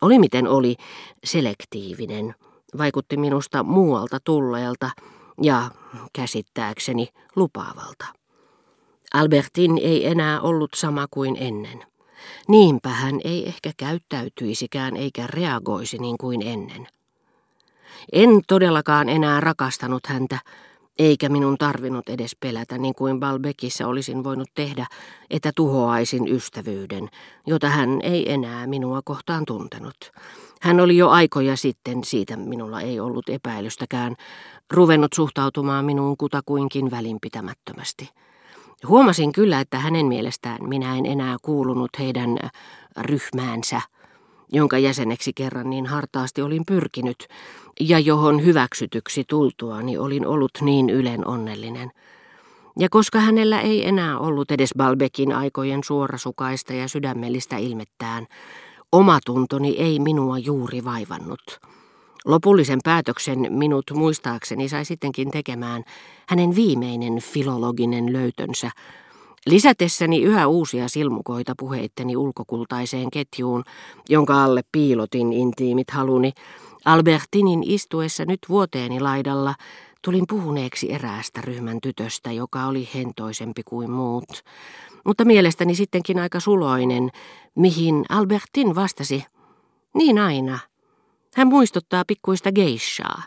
Oli miten oli, selektiivinen, vaikutti minusta muualta tulleelta ja käsittääkseni lupaavalta. Albertine ei enää ollut sama kuin ennen. Niinpä hän ei ehkä käyttäytyisikään eikä reagoisi niin kuin ennen. En todellakaan enää rakastanut häntä, eikä minun tarvinnut edes pelätä niin kuin Balbecissa olisin voinut tehdä, että tuhoaisin ystävyyden, jota hän ei enää minua kohtaan tuntenut. Hän oli jo aikoja sitten, siitä minulla ei ollut epäilystäkään, ruvennut suhtautumaan minuun kutakuinkin välinpitämättömästi. Huomasin kyllä, että hänen mielestään minä en enää kuulunut heidän ryhmäänsä, jonka jäseneksi kerran niin hartaasti olin pyrkinyt, ja johon hyväksytyksi tultuani olin ollut niin ylen onnellinen. Ja koska hänellä ei enää ollut edes Balbecin aikojen suorasukaista ja sydämellistä ilmettään, omatuntoni ei minua juuri vaivannut. Lopullisen päätöksen minut muistaakseni sai sittenkin tekemään hänen viimeinen filologinen löytönsä, lisätessäni yhä uusia silmukoita puheitteni ulkokultaiseen ketjuun, jonka alle piilotin intiimit haluni. Albertinin istuessa nyt vuoteeni laidalla tulin puhuneeksi eräästä ryhmän tytöstä, joka oli hentoisempi kuin muut, mutta mielestäni sittenkin aika suloinen, mihin Albertine vastasi, niin aina. Hän muistuttaa pikkuista geishaa.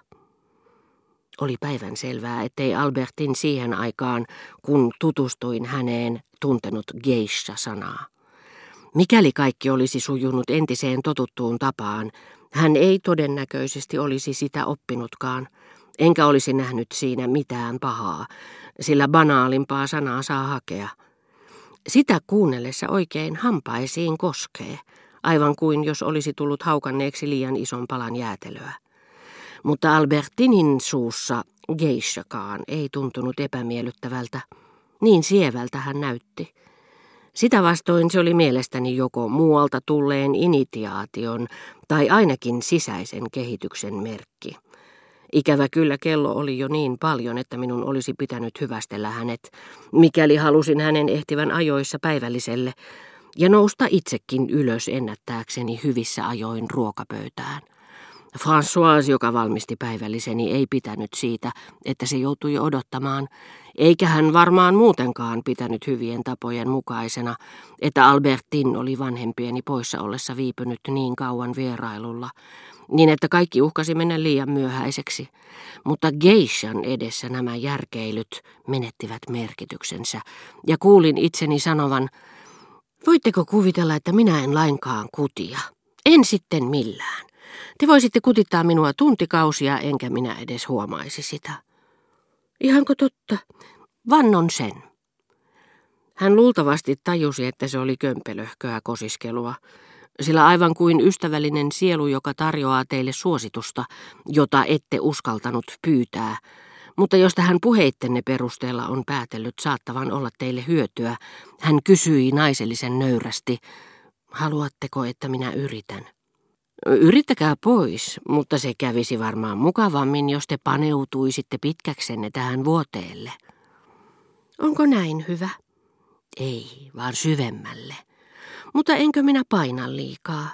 Oli päivänselvää, ettei Albertine siihen aikaan, kun tutustuin häneen, tuntenut geisha-sanaa. Mikäli kaikki olisi sujunut entiseen totuttuun tapaan, hän ei todennäköisesti olisi sitä oppinutkaan, enkä olisi nähnyt siinä mitään pahaa, sillä banaalimpaa sanaa saa hakea. Sitä kuunnellessa oikein hampaisiin koskee, aivan kuin jos olisi tullut haukanneeksi liian ison palan jäätelöä. Mutta Albertinin suussa geishakaan ei tuntunut epämiellyttävältä, niin sievältä hän näytti. Sitä vastoin se oli mielestäni joko muualta tulleen initiaation tai ainakin sisäisen kehityksen merkki. Ikävä kyllä kello oli jo niin paljon, että minun olisi pitänyt hyvästellä hänet, mikäli halusin hänen ehtivän ajoissa päivälliselle ja nousta itsekin ylös ennättääkseni hyvissä ajoin ruokapöytään. Françoise, joka valmisti päivälliseni, ei pitänyt siitä, että se joutui odottamaan, eikä hän varmaan muutenkaan pitänyt hyvien tapojen mukaisena, että Albertine oli vanhempieni poissa ollessa viipynyt niin kauan vierailulla, niin että kaikki uhkasi mennä liian myöhäiseksi. Mutta geishan edessä nämä järkeilyt menettivät merkityksensä, ja kuulin itseni sanovan, voitteko kuvitella, että minä en lainkaan kutia? En sitten millään. Te voisitte kutittaa minua tuntikausia, enkä minä edes huomaisi sitä. Ihanko totta? Vannon sen. Hän luultavasti tajusi, että se oli kömpelöhköä kosiskelua, sillä aivan kuin ystävällinen sielu, joka tarjoaa teille suositusta, jota ette uskaltanut pyytää, mutta josta hän puheittenne perusteella on päätellyt saattavan olla teille hyötyä, hän kysyi naisellisen nöyrästi, haluatteko, että minä yritän? Yrittäkää pois, mutta se kävisi varmaan mukavammin, jos te paneutuisitte pitkäksenne tähän vuoteelle. Onko näin hyvä? Ei, vaan syvemmälle. Mutta enkö minä paina liikaa?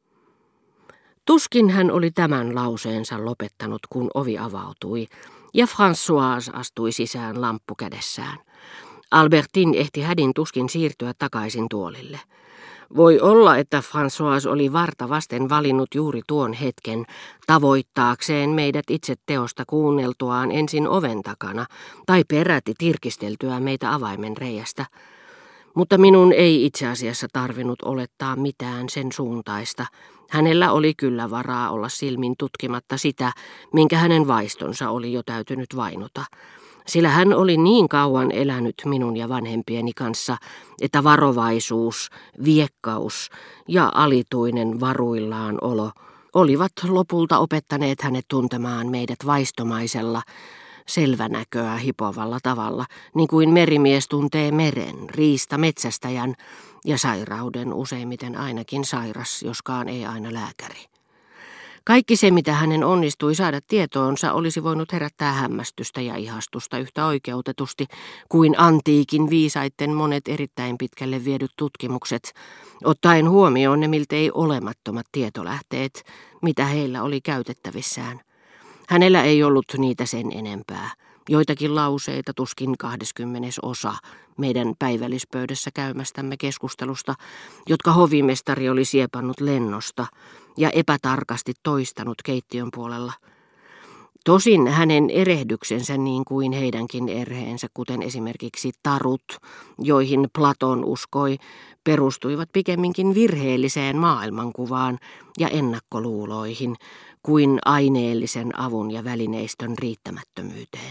Tuskin hän oli tämän lauseensa lopettanut, kun ovi avautui, ja Françoise astui sisään lamppu kädessään. Albertine ehti hädin tuskin siirtyä takaisin tuolille. Voi olla, että Françoise oli varta vasten valinnut juuri tuon hetken tavoittaakseen meidät itse teosta kuunneltuaan ensin oven takana tai peräti tirkisteltyä meitä avaimen reiästä. Mutta minun ei itse asiassa tarvinnut olettaa mitään sen suuntaista. Hänellä oli kyllä varaa olla silmin tutkimatta sitä, minkä hänen vaistonsa oli jo täytynyt vainota. Sillä hän oli niin kauan elänyt minun ja vanhempieni kanssa, että varovaisuus, viekkaus ja alituinen varuillaan olo olivat lopulta opettaneet hänet tuntemaan meidät vaistomaisella, selvänäköä hipovalla tavalla, niin kuin merimies tuntee meren, riista metsästäjän ja sairauden, useimmiten ainakin sairas, joskaan ei aina lääkäri. Kaikki se, mitä hänen onnistui saada tietoonsa, olisi voinut herättää hämmästystä ja ihastusta yhtä oikeutetusti kuin antiikin viisaitten monet erittäin pitkälle viedyt tutkimukset, ottaen huomioon ne miltei olemattomat tietolähteet, mitä heillä oli käytettävissään. Hänellä ei ollut niitä sen enempää. Joitakin lauseita, tuskin 20 osa meidän päivällispöydässä käymästämme keskustelusta, jotka hovimestari oli siepannut lennosta ja epätarkasti toistanut keittiön puolella. Tosin hänen erehdyksensä niin kuin heidänkin erheensä, kuten esimerkiksi tarut, joihin Platon uskoi, perustuivat pikemminkin virheelliseen maailmankuvaan ja ennakkoluuloihin kuin aineellisen avun ja välineistön riittämättömyyteen.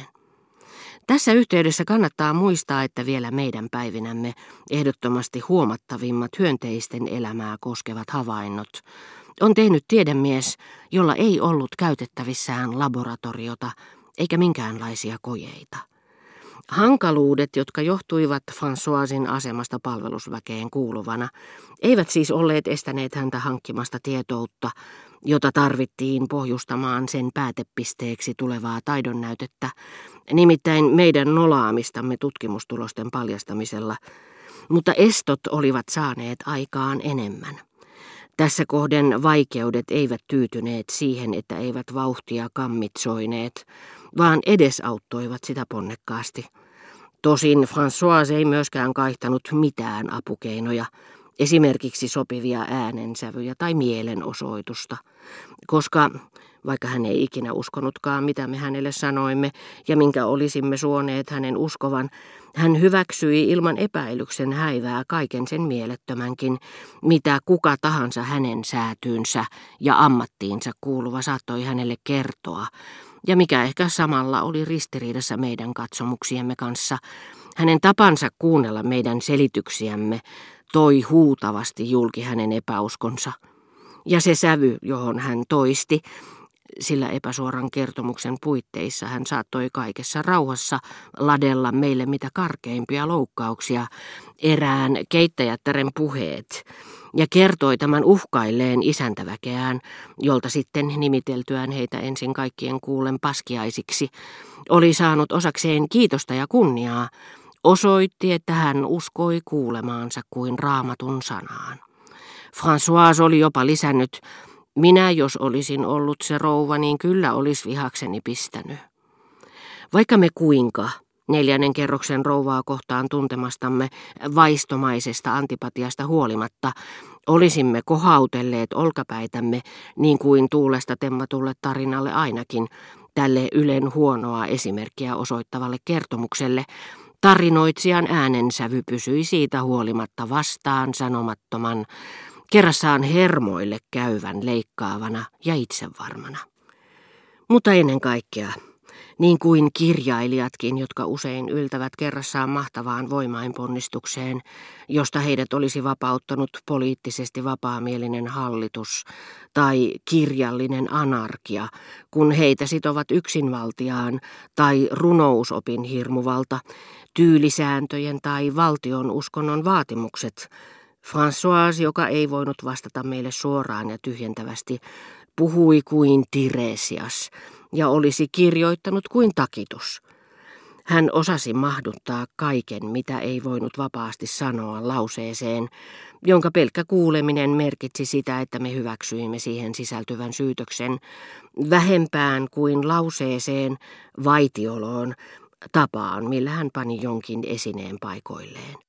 Tässä yhteydessä kannattaa muistaa, että vielä meidän päivinämme ehdottomasti huomattavimmat hyönteisten elämää koskevat havainnot on tehnyt tiedemies, jolla ei ollut käytettävissään laboratoriota eikä minkäänlaisia kojeita. Hankaluudet, jotka johtuivat Françoisin asemasta palvelusväkeen kuuluvana, eivät siis olleet estäneet häntä hankkimasta tietoutta, jota tarvittiin pohjustamaan sen päätepisteeksi tulevaa taidonnäytettä, nimittäin meidän nolaamistamme tutkimustulosten paljastamisella, mutta estot olivat saaneet aikaan enemmän. Tässä kohden vaikeudet eivät tyytyneet siihen, että eivät vauhtia kammitsoineet, vaan edesauttoivat sitä ponnekkaasti. Tosin François ei myöskään kaihtanut mitään apukeinoja, esimerkiksi sopivia äänensävyjä tai mielenosoitusta, koska, vaikka hän ei ikinä uskonutkaan, mitä me hänelle sanoimme ja minkä olisimme suoneet hänen uskovan, hän hyväksyi ilman epäilyksen häivää kaiken sen mielettömänkin, mitä kuka tahansa hänen säätyynsä ja ammattiinsa kuuluva saattoi hänelle kertoa, ja mikä ehkä samalla oli ristiriidassa meidän katsomuksiemme kanssa, hänen tapansa kuunnella meidän selityksiämme toi huutavasti julki hänen epäuskonsa. Ja se sävy, johon hän toisti, sillä epäsuoran kertomuksen puitteissa hän saattoi kaikessa rauhassa ladella meille mitä karkeimpia loukkauksia, erään keittäjättären puheet, ja kertoi tämän uhkailleen isäntäväkeään, jolta sitten nimiteltyään heitä ensin kaikkien kuullen paskiaisiksi, oli saanut osakseen kiitosta ja kunniaa, osoitti, että hän uskoi kuulemaansa kuin Raamatun sanaan. François oli jopa lisännyt, minä jos olisin ollut se rouva, niin kyllä olisi vihakseni pistänyt. Vaikka me kuinka 4. kerroksen rouvaa kohtaan tuntemastamme vaistomaisesta antipatiasta huolimatta olisimme kohautelleet olkapäitämme niin kuin tuulesta temmatulle tarinalle ainakin, tälle Ylen huonoa esimerkkiä osoittavalle kertomukselle, tarinoitsijan äänensävy pysyi siitä huolimatta vastaan sanomattoman, kerrassaan hermoille käyvän leikkaavana ja itsevarmana. Mutta ennen kaikkea, niin kuin kirjailijatkin, jotka usein yltävät kerrassaan mahtavaan voimainponnistukseen, josta heidät olisi vapauttanut poliittisesti vapaamielinen hallitus tai kirjallinen anarkia, kun heitä sitovat yksinvaltiaan tai runousopin hirmuvalta, tyylisääntöjen tai valtion uskonnon vaatimukset, François, joka ei voinut vastata meille suoraan ja tyhjentävästi, puhui kuin Tiresias ja olisi kirjoittanut kuin Takitus. Hän osasi mahduttaa kaiken, mitä ei voinut vapaasti sanoa lauseeseen, jonka pelkkä kuuleminen merkitsi sitä, että me hyväksyimme siihen sisältyvän syytöksen vähempään kuin lauseeseen, vaitioloon, tapaan, millä hän pani jonkin esineen paikoilleen.